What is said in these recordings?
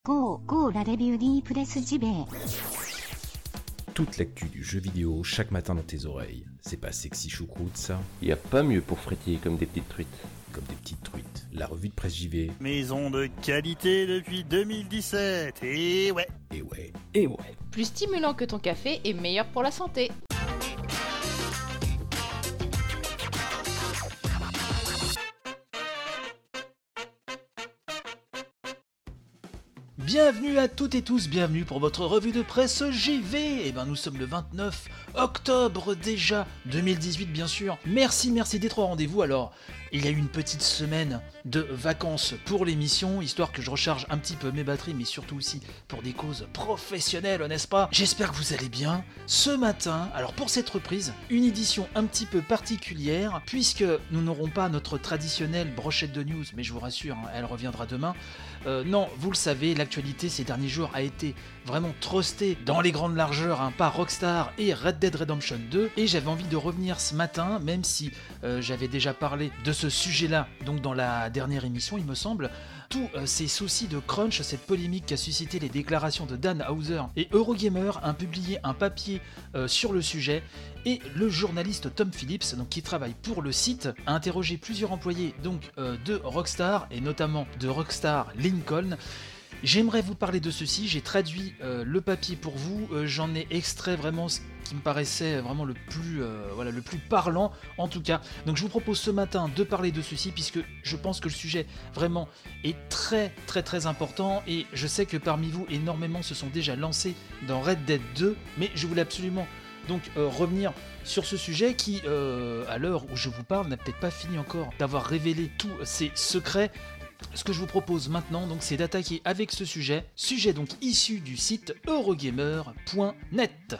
la review di Presse JV. Toute l'actu du jeu vidéo chaque matin dans tes oreilles. C'est pas sexy choucroute ça? Y a pas mieux pour frétiller comme des petites truites. Comme des petites truites. La revue de Presse JV. Maison de qualité depuis 2017. Et ouais. Et ouais. Et ouais. Plus stimulant que ton café et meilleur pour la santé. Bienvenue à toutes et tous, bienvenue pour votre revue de presse JV. Et ben nous sommes le 29 octobre déjà, 2018 bien sûr. Merci d'être au rendez-vous. Alors, il y a eu une petite semaine de vacances pour l'émission, histoire que je recharge un petit peu mes batteries, mais surtout aussi pour des causes professionnelles, n'est-ce pas? J'espère que vous allez bien. Ce matin, alors pour cette reprise, une édition un petit peu particulière, puisque nous n'aurons pas notre traditionnelle brochette de news, mais je vous rassure, elle reviendra demain. Non, vous le savez, l'actualité ces derniers jours a été vraiment trustée dans les grandes largeurs par Rockstar et Red Dead Redemption 2, et j'avais envie de revenir ce matin, même si j'avais déjà parlé de ce sujet-là, donc dans la dernière émission il me semble. Tous ces soucis de crunch, cette polémique qu'a suscité les déclarations de Dan Houser et Eurogamer a publié un papier sur le sujet, et le journaliste Tom Phillips, donc, qui travaille pour le site, a interrogé plusieurs employés donc, de Rockstar, et notamment de Rockstar Lincoln. J'aimerais vous parler de ceci, j'ai traduit le papier pour vous, j'en ai extrait vraiment ce qui me paraissait vraiment le plus parlant en tout cas. Donc je vous propose ce matin de parler de ceci, puisque je pense que le sujet vraiment est très important, et je sais que parmi vous énormément se sont déjà lancés dans Red Dead 2, mais je voulais absolument donc revenir sur ce sujet qui, à l'heure où je vous parle, n'a peut-être pas fini encore d'avoir révélé tous ses secrets. Ce que je vous propose maintenant, donc, c'est d'attaquer avec ce sujet donc issu du site Eurogamer.net.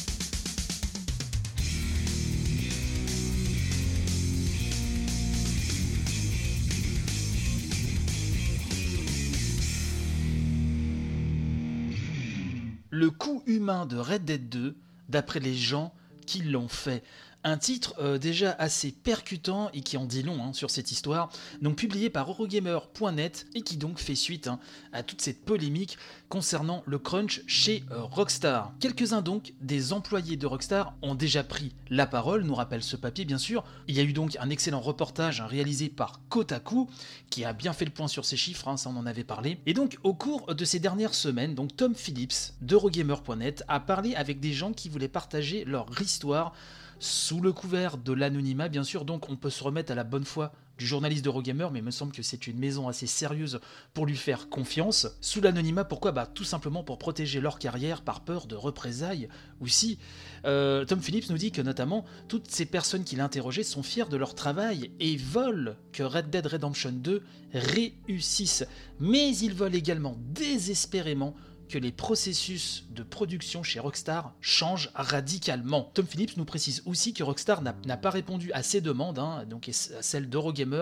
Le coût humain de Red Dead 2, d'après les gens qui l'ont fait. Un titre déjà assez percutant et qui en dit long sur cette histoire, donc publié par Eurogamer.net, et qui donc fait suite à toute cette polémique concernant le crunch chez Rockstar. Quelques-uns donc des employés de Rockstar ont déjà pris la parole, nous rappelle ce papier bien sûr. Il y a eu donc un excellent reportage réalisé par Kotaku, qui a bien fait le point sur ces chiffres, ça on en avait parlé. Et donc au cours de ces dernières semaines, donc Tom Phillips d'Eurogamer.net a parlé avec des gens qui voulaient partager leur histoire, sous le couvert de l'anonymat bien sûr, donc on peut se remettre à la bonne foi du journaliste d'Eurogamer, mais il me semble que c'est une maison assez sérieuse pour lui faire confiance. Sous l'anonymat, pourquoi? Tout simplement pour protéger leur carrière par peur de représailles aussi. Tom Phillips nous dit que notamment toutes ces personnes qu'il a interrogées sont fiers de leur travail et veulent que Red Dead Redemption 2 réussisse, mais ils veulent également désespérément que les processus de production chez Rockstar changent radicalement. Tom Phillips nous précise aussi que Rockstar n'a pas répondu à ces demandes, donc à celles d'Eurogamer,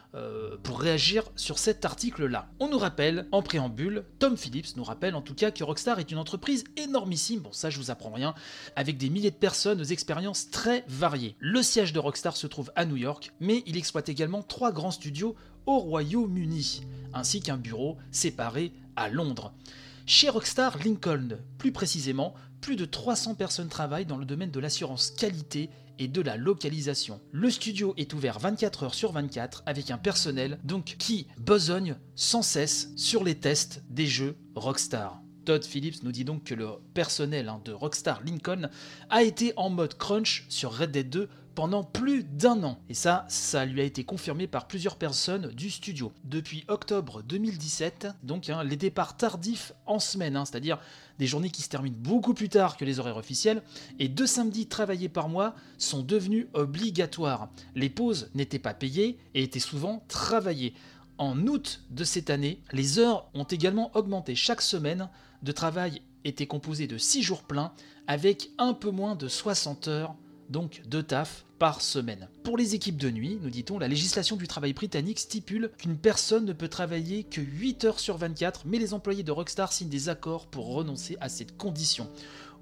pour réagir sur cet article-là. On nous rappelle, en préambule, Tom Phillips nous rappelle en tout cas que Rockstar est une entreprise énormissime, bon ça je vous apprends rien, avec des milliers de personnes aux expériences très variées. Le siège de Rockstar se trouve à New York, mais il exploite également 3 grands studios au Royaume-Uni, ainsi qu'un bureau séparé à Londres. Chez Rockstar Lincoln, plus précisément, plus de 300 personnes travaillent dans le domaine de l'assurance qualité et de la localisation. Le studio est ouvert 24 heures sur 24 avec un personnel donc qui besogne sans cesse sur les tests des jeux Rockstar. Todd Phillips nous dit donc que le personnel de Rockstar Lincoln a été en mode crunch sur Red Dead 2 pendant plus d'1 an. Et ça lui a été confirmé par plusieurs personnes du studio. Depuis octobre 2017, donc les départs tardifs en semaine, c'est-à-dire des journées qui se terminent beaucoup plus tard que les horaires officiels, et 2 samedis travaillés par mois sont devenus obligatoires. Les pauses n'étaient pas payées et étaient souvent travaillées. En août de cette année, les heures ont également augmenté. Chaque semaine de travail était composée de 6 jours pleins, avec un peu moins de 60 heures donc de taf par semaine. Pour les équipes de nuit, nous dit-on, la législation du travail britannique stipule qu'une personne ne peut travailler que 8 heures sur 24, mais les employés de Rockstar signent des accords pour renoncer à cette condition.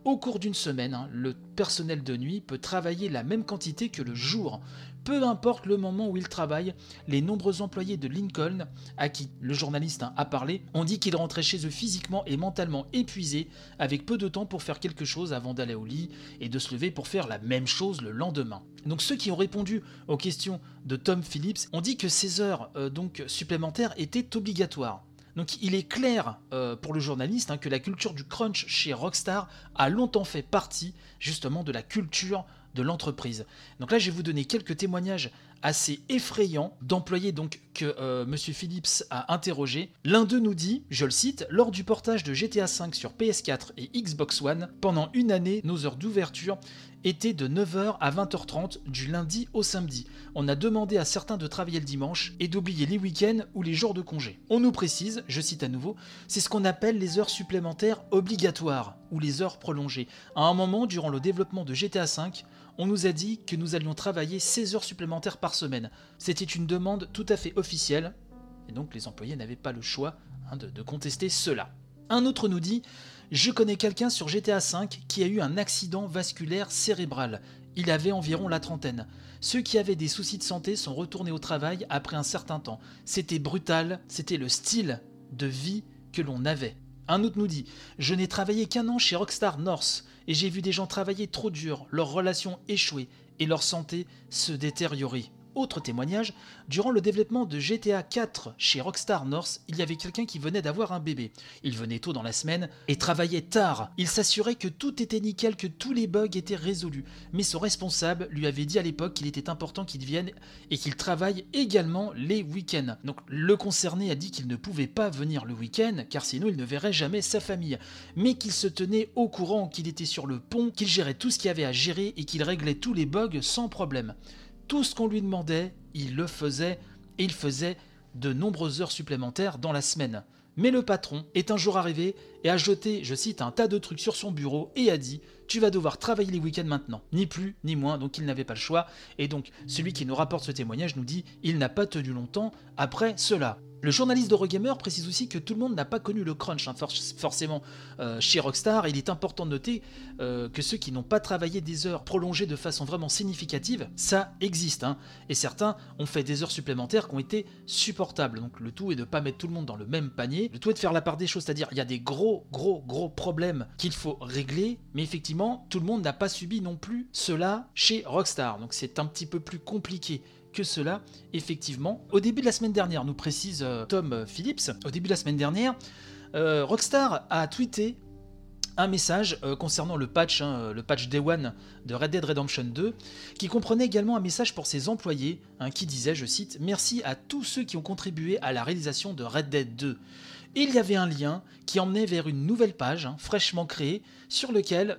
Au cours d'une semaine, le personnel de nuit peut travailler la même quantité que le jour. Peu importe le moment où il travaille, les nombreux employés de Lincoln, à qui le journaliste a parlé, ont dit qu'ils rentraient chez eux physiquement et mentalement épuisés, avec peu de temps pour faire quelque chose avant d'aller au lit et de se lever pour faire la même chose le lendemain. Donc ceux qui ont répondu aux questions de Tom Phillips ont dit que ces heures supplémentaires étaient obligatoires. Donc il est clair pour le journaliste que la culture du crunch chez Rockstar a longtemps fait partie justement de la culture de l'entreprise. Donc là je vais vous donner quelques témoignages assez effrayants d'employés donc que Monsieur Phillips a interrogé. L'un d'eux nous dit, je le cite, lors du portage de GTA V sur PS4 et Xbox One, pendant une année, nos heures d'ouverture étaient de 9h à 20h30 du lundi au samedi. On a demandé à certains de travailler le dimanche et d'oublier les week-ends ou les jours de congé. On nous précise, je cite à nouveau, c'est ce qu'on appelle les heures supplémentaires obligatoires ou les heures prolongées. À un moment, durant le développement de GTA V, on nous a dit que nous allions travailler 16 heures supplémentaires par semaine. C'était une demande tout à fait officielle, et donc les employés n'avaient pas le choix de contester cela. Un autre nous dit « Je connais quelqu'un sur GTA V qui a eu un accident vasculaire cérébral. Il avait environ la trentaine. Ceux qui avaient des soucis de santé sont retournés au travail après un certain temps. C'était brutal, c'était le style de vie que l'on avait. » Un autre nous dit « Je n'ai travaillé qu'un an chez Rockstar North et j'ai vu des gens travailler trop dur, leurs relations échouer et leur santé se détériorer. » Autre témoignage, durant le développement de GTA 4 chez Rockstar North, il y avait quelqu'un qui venait d'avoir un bébé. Il venait tôt dans la semaine et travaillait tard. Il s'assurait que tout était nickel, que tous les bugs étaient résolus. Mais son responsable lui avait dit à l'époque qu'il était important qu'il vienne et qu'il travaille également les week-ends. Donc le concerné a dit qu'il ne pouvait pas venir le week-end car sinon il ne verrait jamais sa famille. Mais qu'il se tenait au courant, qu'il était sur le pont, qu'il gérait tout ce qu'il y avait à gérer et qu'il réglait tous les bugs sans problème. Tout ce qu'on lui demandait, il le faisait, et il faisait de nombreuses heures supplémentaires dans la semaine. Mais le patron est un jour arrivé et a jeté, je cite, un tas de trucs sur son bureau et a dit « Tu vas devoir travailler les week-ends maintenant ». Ni plus, ni moins, donc il n'avait pas le choix. Et donc, celui qui nous rapporte ce témoignage nous dit « Il n'a pas tenu longtemps après cela ». Le journaliste d'Eurogamer précise aussi que tout le monde n'a pas connu le crunch, forcément. Chez Rockstar, il est important de noter que ceux qui n'ont pas travaillé des heures prolongées de façon vraiment significative, ça existe. Et certains ont fait des heures supplémentaires qui ont été supportables. Donc le tout est de ne pas mettre tout le monde dans le même panier. Le tout est de faire la part des choses, c'est-à-dire il y a des gros problèmes qu'il faut régler, mais effectivement, tout le monde n'a pas subi non plus cela chez Rockstar. Donc c'est un petit peu plus compliqué que cela, effectivement. Au début de la semaine dernière, nous précise Tom Phillips, au début de la semaine dernière, Rockstar a tweeté un message concernant le patch Day One de Red Dead Redemption 2, qui comprenait également un message pour ses employés, qui disait, je cite, « Merci à tous ceux qui ont contribué à la réalisation de Red Dead 2 ». Et il y avait un lien qui emmenait vers une nouvelle page, fraîchement créée, sur laquelle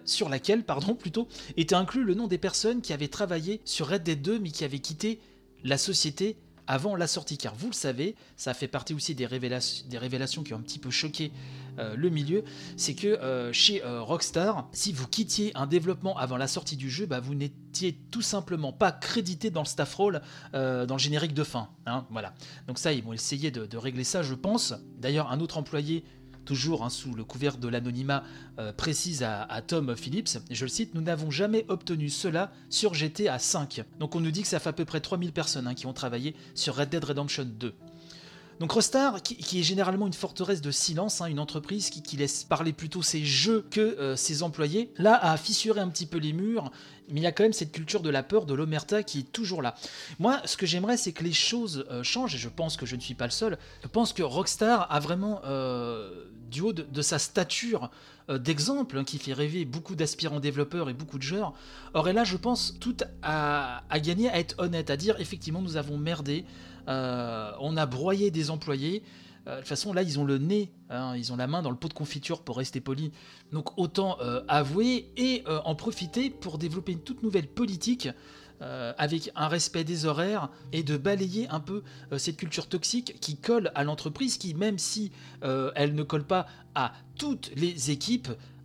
était inclus le nom des personnes qui avaient travaillé sur Red Dead 2 mais qui avaient quitté la société avant la sortie, car vous le savez, ça fait partie aussi des révélations qui ont un petit peu choqué le milieu, c'est que chez Rockstar, si vous quittiez un développement avant la sortie du jeu, vous n'étiez tout simplement pas crédité dans le staff roll, dans le générique de fin. Voilà. Donc ça, ils vont essayer de régler ça, je pense. D'ailleurs, un autre employé, toujours sous le couvert de l'anonymat, précise à Tom Phillips, je le cite, « Nous n'avons jamais obtenu cela sur GTA V ». Donc on nous dit que ça fait à peu près 3000 personnes qui ont travaillé sur Red Dead Redemption 2. Donc Rockstar, qui est généralement une forteresse de silence, une entreprise qui laisse parler plutôt ses jeux que ses employés, là a fissuré un petit peu les murs, mais il y a quand même cette culture de la peur, de l'omerta qui est toujours là. Moi, ce que j'aimerais, c'est que les choses changent, et je pense que je ne suis pas le seul. Je pense que Rockstar a vraiment, du haut de sa stature d'exemple, qui fait rêver beaucoup d'aspirants développeurs et beaucoup de joueurs, aurait là, je pense, tout à gagner à être honnête, à dire effectivement nous avons merdé, on a broyé des employés. De toute façon, là, ils ont le nez, ils ont la main dans le pot de confiture pour rester poli. Donc autant avouer et en profiter pour développer une toute nouvelle politique avec un respect des horaires et de balayer un peu cette culture toxique qui colle à l'entreprise, qui, même si elle ne colle pas à toutes les équipes,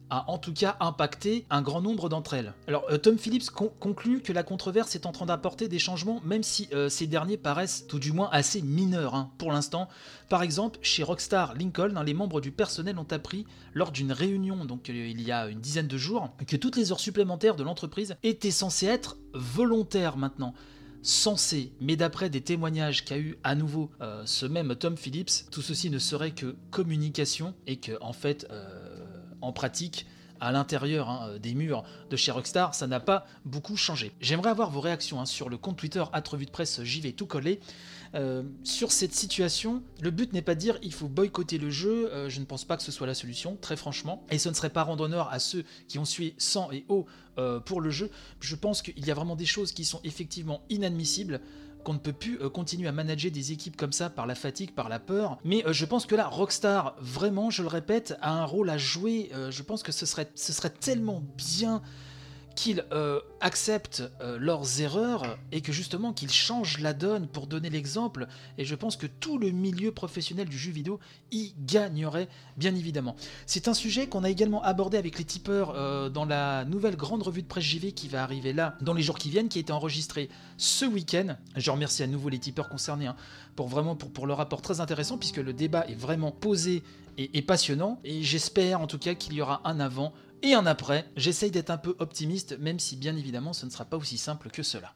a en tout cas impacté un grand nombre d'entre elles. Alors Tom Phillips conclut que la controverse est en train d'apporter des changements, même si ces derniers paraissent tout du moins assez mineurs pour l'instant. Par exemple, chez Rockstar Lincoln, les membres du personnel ont appris lors d'une réunion, donc il y a une dizaine de jours, que toutes les heures supplémentaires de l'entreprise étaient censées être volontaires maintenant. Censé, mais d'après des témoignages qu'a eu à nouveau ce même Tom Phillips, tout ceci ne serait que communication et que en fait, en pratique, à l'intérieur des murs de chez Rockstar, ça n'a pas beaucoup changé. J'aimerais avoir vos réactions sur le compte Twitter @revue-de-presse JV tout collé. Sur cette situation, le but n'est pas de dire il faut boycotter le jeu, je ne pense pas que ce soit la solution, très franchement, et ce ne serait pas rendre honneur à ceux qui ont sué sang et eau pour le jeu. Je pense qu'il y a vraiment des choses qui sont effectivement inadmissibles, qu'on ne peut plus continuer à manager des équipes comme ça par la fatigue, par la peur. Mais je pense que là, Rockstar, vraiment, je le répète, a un rôle à jouer. Je pense que ce serait tellement bien qu'ils acceptent leurs erreurs et que justement qu'ils changent la donne pour donner l'exemple. Et je pense que tout le milieu professionnel du jeu vidéo y gagnerait, bien évidemment. C'est un sujet qu'on a également abordé avec les tipeurs dans la nouvelle grande revue de presse JV qui va arriver là dans les jours qui viennent, qui a été enregistrée ce week-end. Je remercie à nouveau les tipeurs concernés pour leur rapport très intéressant, puisque le débat est vraiment posé et passionnant. Et j'espère en tout cas qu'il y aura un avant et un après. J'essaye d'être un peu optimiste, même si bien évidemment ce ne sera pas aussi simple que cela.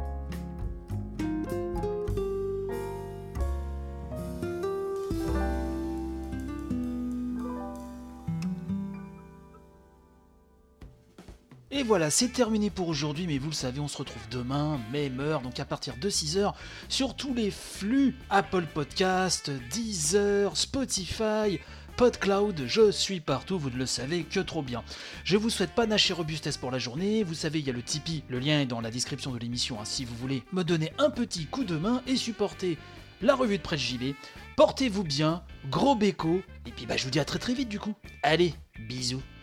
Et voilà, c'est terminé pour aujourd'hui, mais vous le savez, on se retrouve demain, même heure, donc à partir de 6h, sur tous les flux Apple Podcast, Deezer, Spotify, PodCloud, je suis partout, vous ne le savez que trop bien. Je vous souhaite panache et robustesse pour la journée, vous savez, il y a le Tipeee, le lien est dans la description de l'émission, si vous voulez me donner un petit coup de main et supporter la revue de presse JV. Portez-vous bien, gros béco, et puis je vous dis à très très vite du coup. Allez, bisous.